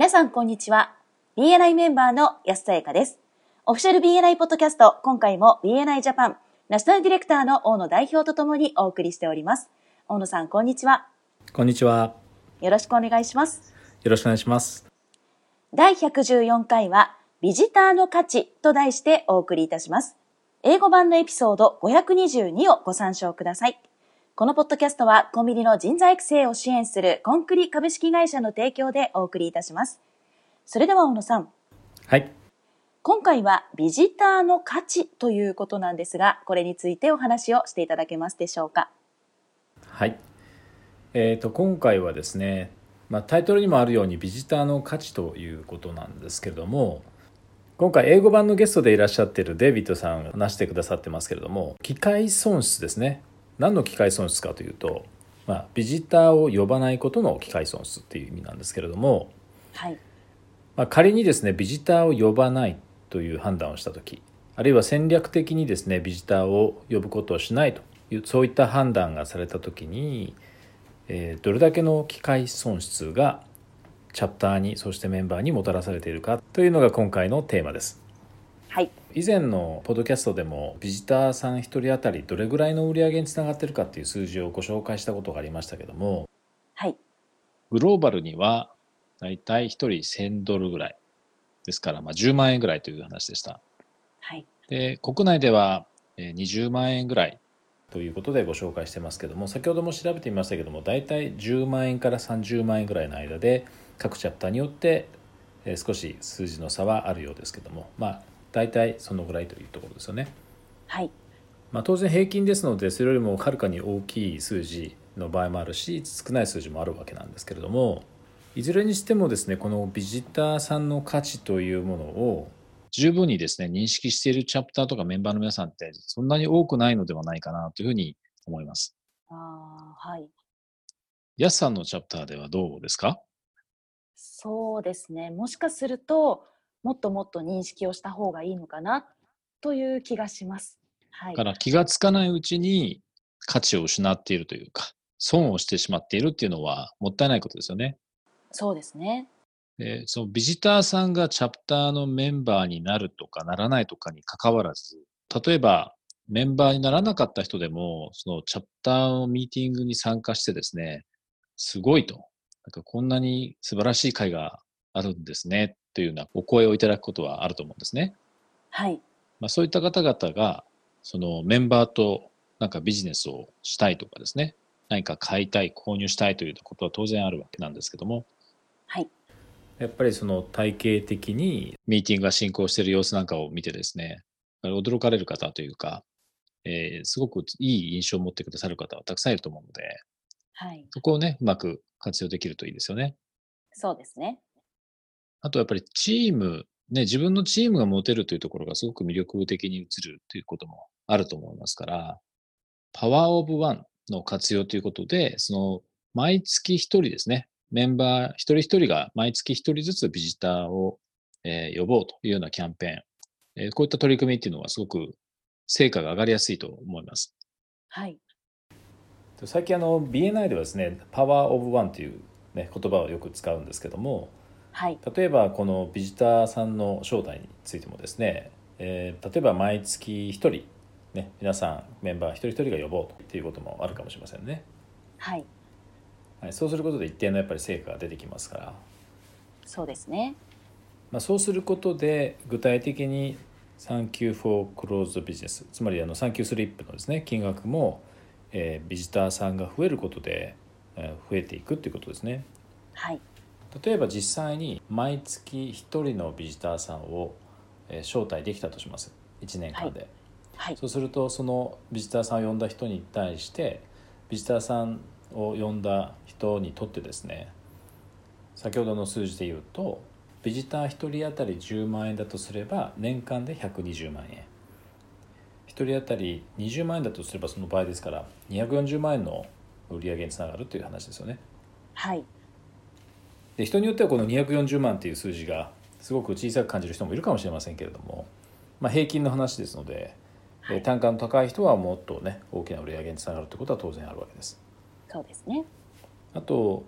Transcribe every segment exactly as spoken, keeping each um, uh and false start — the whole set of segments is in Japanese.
皆さんこんにちは。 ビーエヌアイ メンバーの安田彩香です。オフィシャル ビーエヌアイ ポッドキャスト、今回も ビーエヌアイ ジャパンナショナルディレクターの大野代表とともにお送りしております。大野さんこんにちは。 こんにちは。 よろしくお願いします。 よろしくお願いします。 だいひゃくじゅうよんかいはビジターの価値と題してお送りいたします。英語版のエピソードごひゃくにじゅうにをご参照ください。このポッドキャストはコンビニの人材育成を支援するコンクリ株式会社の提供でお送りいたします。それでは大野さん。 はい。 今回はビジターの価値ということなんですが、これについてお話をしていただけますでしょうか。 はい。えーと、今回はですね、まあ、タイトルにもあるようにビジターの価値ということなんですけれども、今回英語版のゲストでいらっしゃっているデイビッドさんが話してくださってますけれども、機会損失ですね。何の機会損失かというと、まあ、ビジターを呼ばないことの機会損失っていう意味なんですけれども、 はい。 まあ、仮にですねビジターを呼ばないという判断をしたとき、あるいは戦略的にですねビジターを呼ぶことをしないというそういった判断がされたときに、えー、どれだけの機会損失がチャプターにそしてメンバーにもたらされているかというのが今回のテーマです。 はい。 以前のポッドキャストでもビジターさんひとり当たりどれぐらいの売り上げにつながっているかっていう数字をご紹介したことがありましたけども、 はい。 グローバルにはだいたいひとりせんドルぐらいですから、まあ、じゅうまんえんぐらいという話でした。 はい。 で、国内ではにじゅうまんえんぐらいということでご紹介してますけども、先ほども調べてみましたけども、だいたいじゅうまんえんからさんじゅうまんえんぐらいの間で各チャプターによって少し数字の差はあるようですけども、まあだいたいそのぐらいというところですよね。 はい。 まあ、当然平均ですので、それよりもはるかに大きい数字の場合もあるし、少ない数字もあるわけなんですけれども、いずれにしてもですね、このビジターさんの価値というものを十分にですね認識しているチャプターとかメンバーの皆さんってそんなに多くないのではないかなというふうに思います。 あはい。 ヤスさんのチャプターではどうですか？ そうですね。もしかするともっともっと認識をした方がいいのかなという気がします。はい。 だから気がつかないうちに価値を失っているというか、損をしてしまっているっていうのはもったいないことですよね。 そうですね。 で、そのビジターさんがチャプターのメンバーになるとかならないとかに関わらず、例えばメンバーにならなかった人でも、そのチャプターのミーティングに参加してですね、すごいと、なんかこんなに素晴らしい会があるんですねというようなお声をいただくことはあると思うんですね。 はい。 まあ、そういった方々がそのメンバーとなんかビジネスをしたいとかですね、何か買いたい、購入したいということは当然あるわけなんですけども、 はい。 やっぱりその体系的にミーティングが進行している様子なんかを見てですね、驚かれる方というか、えーすごくいい印象を持ってくださる方はたくさんいると思うので、 はい。 そこをね、うまく活用できるといいですよね。 そうですね。 あとやっぱりチーム、ね、自分のチームが持てるというところがすごく魅力的に映るということもあると思いますから、パワーオブワンの活用ということで、その毎月一人ですね、メンバー一人一人が毎月一人ずつビジターを、えー呼ぼうというようなキャンペーン、えーこういった取り組みっていうのはすごく成果が上がりやすいと思います。 はい。 最近あの ビーエヌアイ ではですね、パワーオブワンという、ね、言葉をよく使うんですけども、 はい。 例えばこのビジターさんの招待についてもですね、えー例えば毎月一人、ね、皆さんメンバー一人一人が呼ぼうということもあるかもしれませんね。 はい。 はい、そうすることで一定のやっぱり成果が出てきますから、 そうですね。 まあ、そうすることで具体的にサンキューフォークローズドビジネス、つまりあのサンキュースリップのですね金額も、えービジターさんが増えることで、えー増えていくということですね。 はい。 例えば実際に毎月ひとりのビジターさんをえー招待できたとします、いちねんかんで。 はい。 そうするとそのビジターさんを呼んだ人に対してビジターさんを呼んだ人にとってですね、先ほどの数字で言うとビジターひとり当たりじゅうまんえんだとすれば年間でひゃくにじゅうまんえん、ひとり当たりにじゅうまんえんだとすればその倍ですからにひゃくよんじゅうまんえんの売り上げにつながるという話ですよね。 はい。 で、人によってはこのにひゃくよんじゅうまんという数字がすごく小さく感じる人もいるかもしれませんけれども、まあ、平均の話ですので、 はい。 単価の高い人はもっとね大きな売り上げにつながるということは当然あるわけです。 そうですね。 あと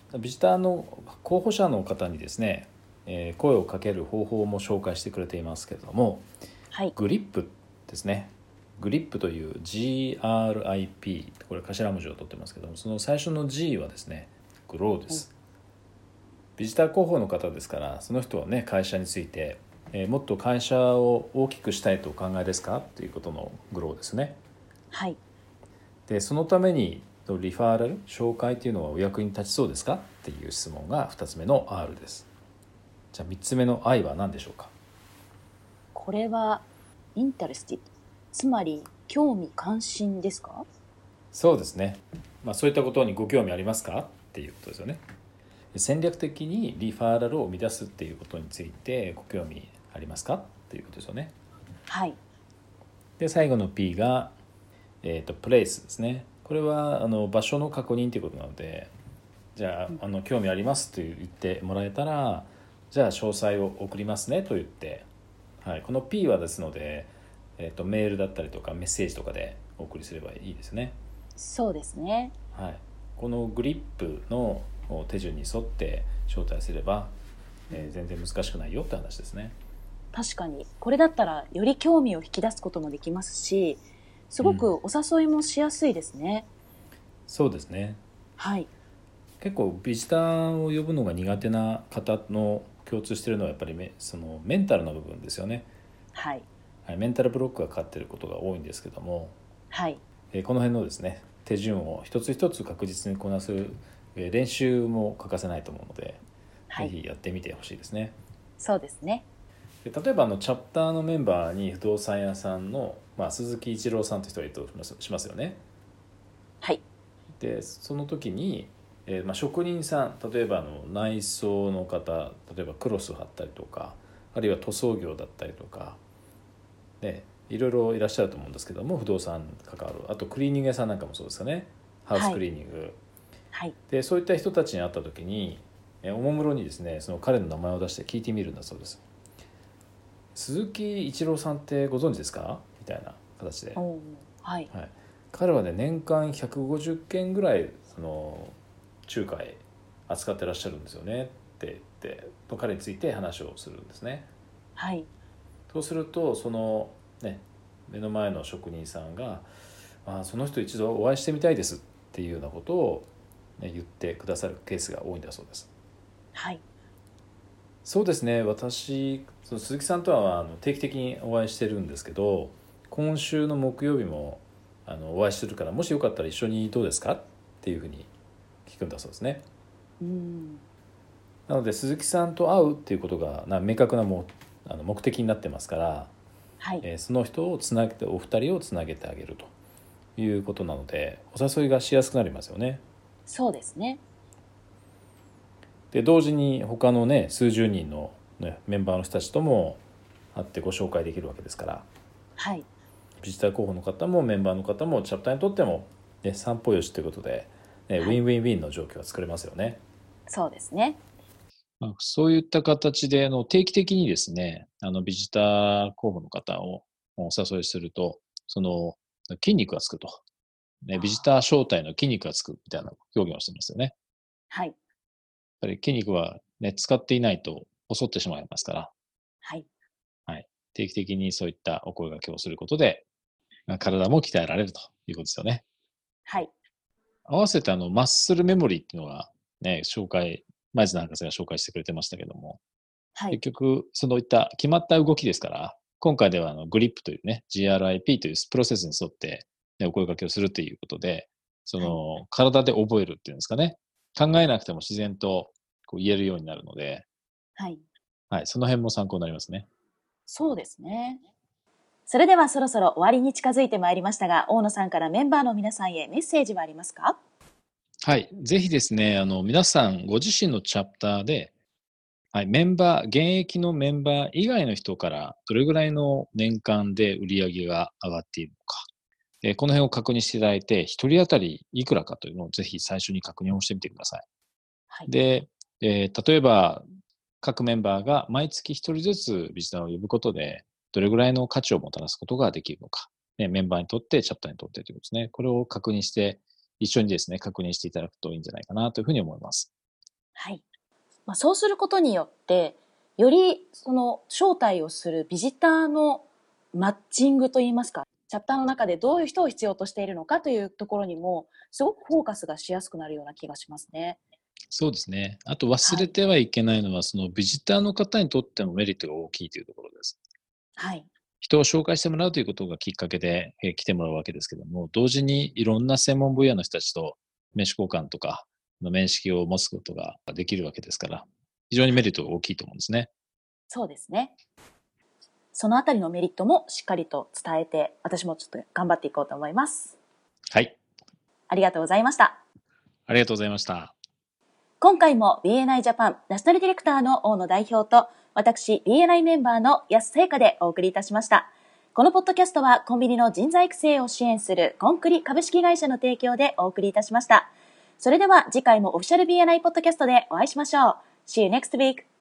ビジターの候補者の方にですね、えー声をかける方法も紹介してくれていますけれども、 はい。 グリップですね。グリップという ジーアールアイピー、これ頭文字を取ってますけども、その最初の G はですね、グローです。ビジター広報の方ですから、その人はね、会社について、えーもっと会社を大きくしたいとお考えですかということのグローですね。 はい。 でそのためにリファーラル、紹介というのはお役に立ちそうですかっていう質問がふたつめの アール です。じゃあみっつめの アイ は何でしょうか。 これは、interested。つまり、興味関心ですか？ そうですね、まあ、そういったことにご興味ありますかっていうことですよね。戦略的にリファーラルを生み出すっていうことについてご興味ありますかっていうことですよね。 はい。 で最後の P が、えー、とプレイスですね。これはあの場所の確認ということなので、じゃあ、あの興味ありますと言ってもらえたら、じゃあ詳細を送りますねと言って、はい、この P はですので、えー、とメールだったりとかメッセージとかでお送りすればいいですね。 そうですね。 はい、このグリップの手順に沿って招待すれば、えー全然難しくないよって話ですね。 確かに、これだったらより興味を引き出すこともできますし、すごくお誘いもしやすいですね。 そうですね。 はい。 結構ビジターを呼ぶのが苦手な方の共通しているのはやっぱりメそのメンタルの部分ですよね。 はい。 はい、メンタルブロックがかかっていることが多いんですけども、 はい。 えーこの辺のですね手順を一つ一つ確実にこなす、えー練習も欠かせないと思うので、 はい。 ぜひやってみてほしいですね。 そうですね。 で例えばあのチャプターのメンバーに不動産屋さんの、まあ、鈴木一郎さんという人がいるとしますしますよね。 はい。 でその時に、えーまあ、職人さん、例えばあの内装の方、例えばクロス貼ったりとか、あるいは塗装業だったりとか、ね、いろいろいらっしゃると思うんですけども、不動産に関わる、あとクリーニング屋さんなんかもそうですよね。ハウスクはい。 リーニングはい。 で、そういった人たちに会った時に、えーおもむろにですねその彼の名前を出して聞いてみるんだそうです。鈴木一郎さんってご存知ですかみたいな形で、 おー。はい。 はい、彼はね年間ひゃくごじゅっけんぐらいその仲介扱ってらっしゃるんですよねって言ってと彼について話をするんですね。 はい。 そうするとそのね目の前の職人さんがあその人一度お会いしてみたいですっていうようなことを、ね、言ってくださるケースが多いんだそうです。 はい。 そうですね、私その鈴木さんとはあの定期的にお会いしてるんですけど、今週の木曜日もあのお会いするから、もしよかったら一緒にどうですかっていうふうに聞くんだそうですね。 うん。 なので鈴木さんと会うっていうことがな明確なもあの目的になってますから、 はい。 えーその人をつなげてお二人をつなげてあげるということなので、お誘いがしやすくなりますよね。 そうですね。 で同時に他のね数十人の、ね、メンバーの人たちとも会ってご紹介できるわけですから、 はい。 ビジター候補の方もメンバーの方もチャプターにとっても、ね、三歩よしということで、ね、ウはい。 ィンウィンウィンの状況は作れますよね。 そうですね。 まあそういった形であの定期的にですね、あのビジター候補の方をお誘いすると、その筋肉がつくと、ね、ビジター招待の筋肉がつくみたいな表現をしてますよね。やっはい。 ぱり筋肉は、ね、使っていないと襲ってしまいますから、 はい。 はい、定期的にそういったお声掛けをすることで、まあ体も鍛えられるということですよね。 はい。 合わせてあのマッスルメモリーっていうのがね、紹介、前津博士が紹介してくれてましたけども、 はい。 結局、そういった決まった動きですから、今回ではあのグリップというね、ジーアールアイピー というプロセスに沿って、ね、お声掛けをするということで、そはい。 の体で覚えるっていうんですかね、考えなくても自然とこう言えるようになるので、 はい。 はい、その辺も参考になりますね。 そうですね。それではそろそろ終わりに近づいてまいりましたが、大野さんからメンバーの皆さんへメッセージはありますか？ はい、ぜひですね、あの皆さんご自身のチャプターで、はい、メンバー、現役のメンバー以外の人からどれぐらいの年間で売り上げが上がっているのか、えーこの辺を確認していただいて、ひとり当たりいくらかというのをぜひ最初に確認をしてみてください。 はい。 で、えー例えば各メンバーが毎月ひとりずつビジターを呼ぶことで、どれぐらいの価値をもたらすことができるのか、ね、メンバーにとって、チャプターにとってということですね。これを確認して、一緒にですね、確認していただくといいんじゃないかなというふうに思います。 はい。まあ、そうすることによって、よりその招待をするビジターのマッチングといいますか、チャプターの中でどういう人を必要としているのかというところにも、すごくフォーカスがしやすくなるような気がしますね。 そうですね。あと忘はい。 れてはいけないのは、そのビジターの方にとってもメリットが大きいというところです。 はい。 人を紹介してもらうということがきっかけで、えー来てもらうわけですけども、同時にいろんな専門分野の人たちと名刺交換とかの面識を持つことができるわけですから、非常にメリットが大きいと思うんですね。 そうですね。そのあたりのメリットもしっかりと伝えて、私もちょっと頑張っていこうと思います。 はい。 ありがとうございました。 ありがとうございました。 今回も ビーエヌアイ ジャパンナショナルディレクターの大野代表と、私 ビーエヌアイ メンバーの安聖華でお送りいたしました。このポッドキャストはコンビニの人材育成を支援するコンクリ株式会社の提供でお送りいたしました。それでは次回もオフィシャル ビーエヌアイ ポッドキャストでお会いしましょう。See you next week.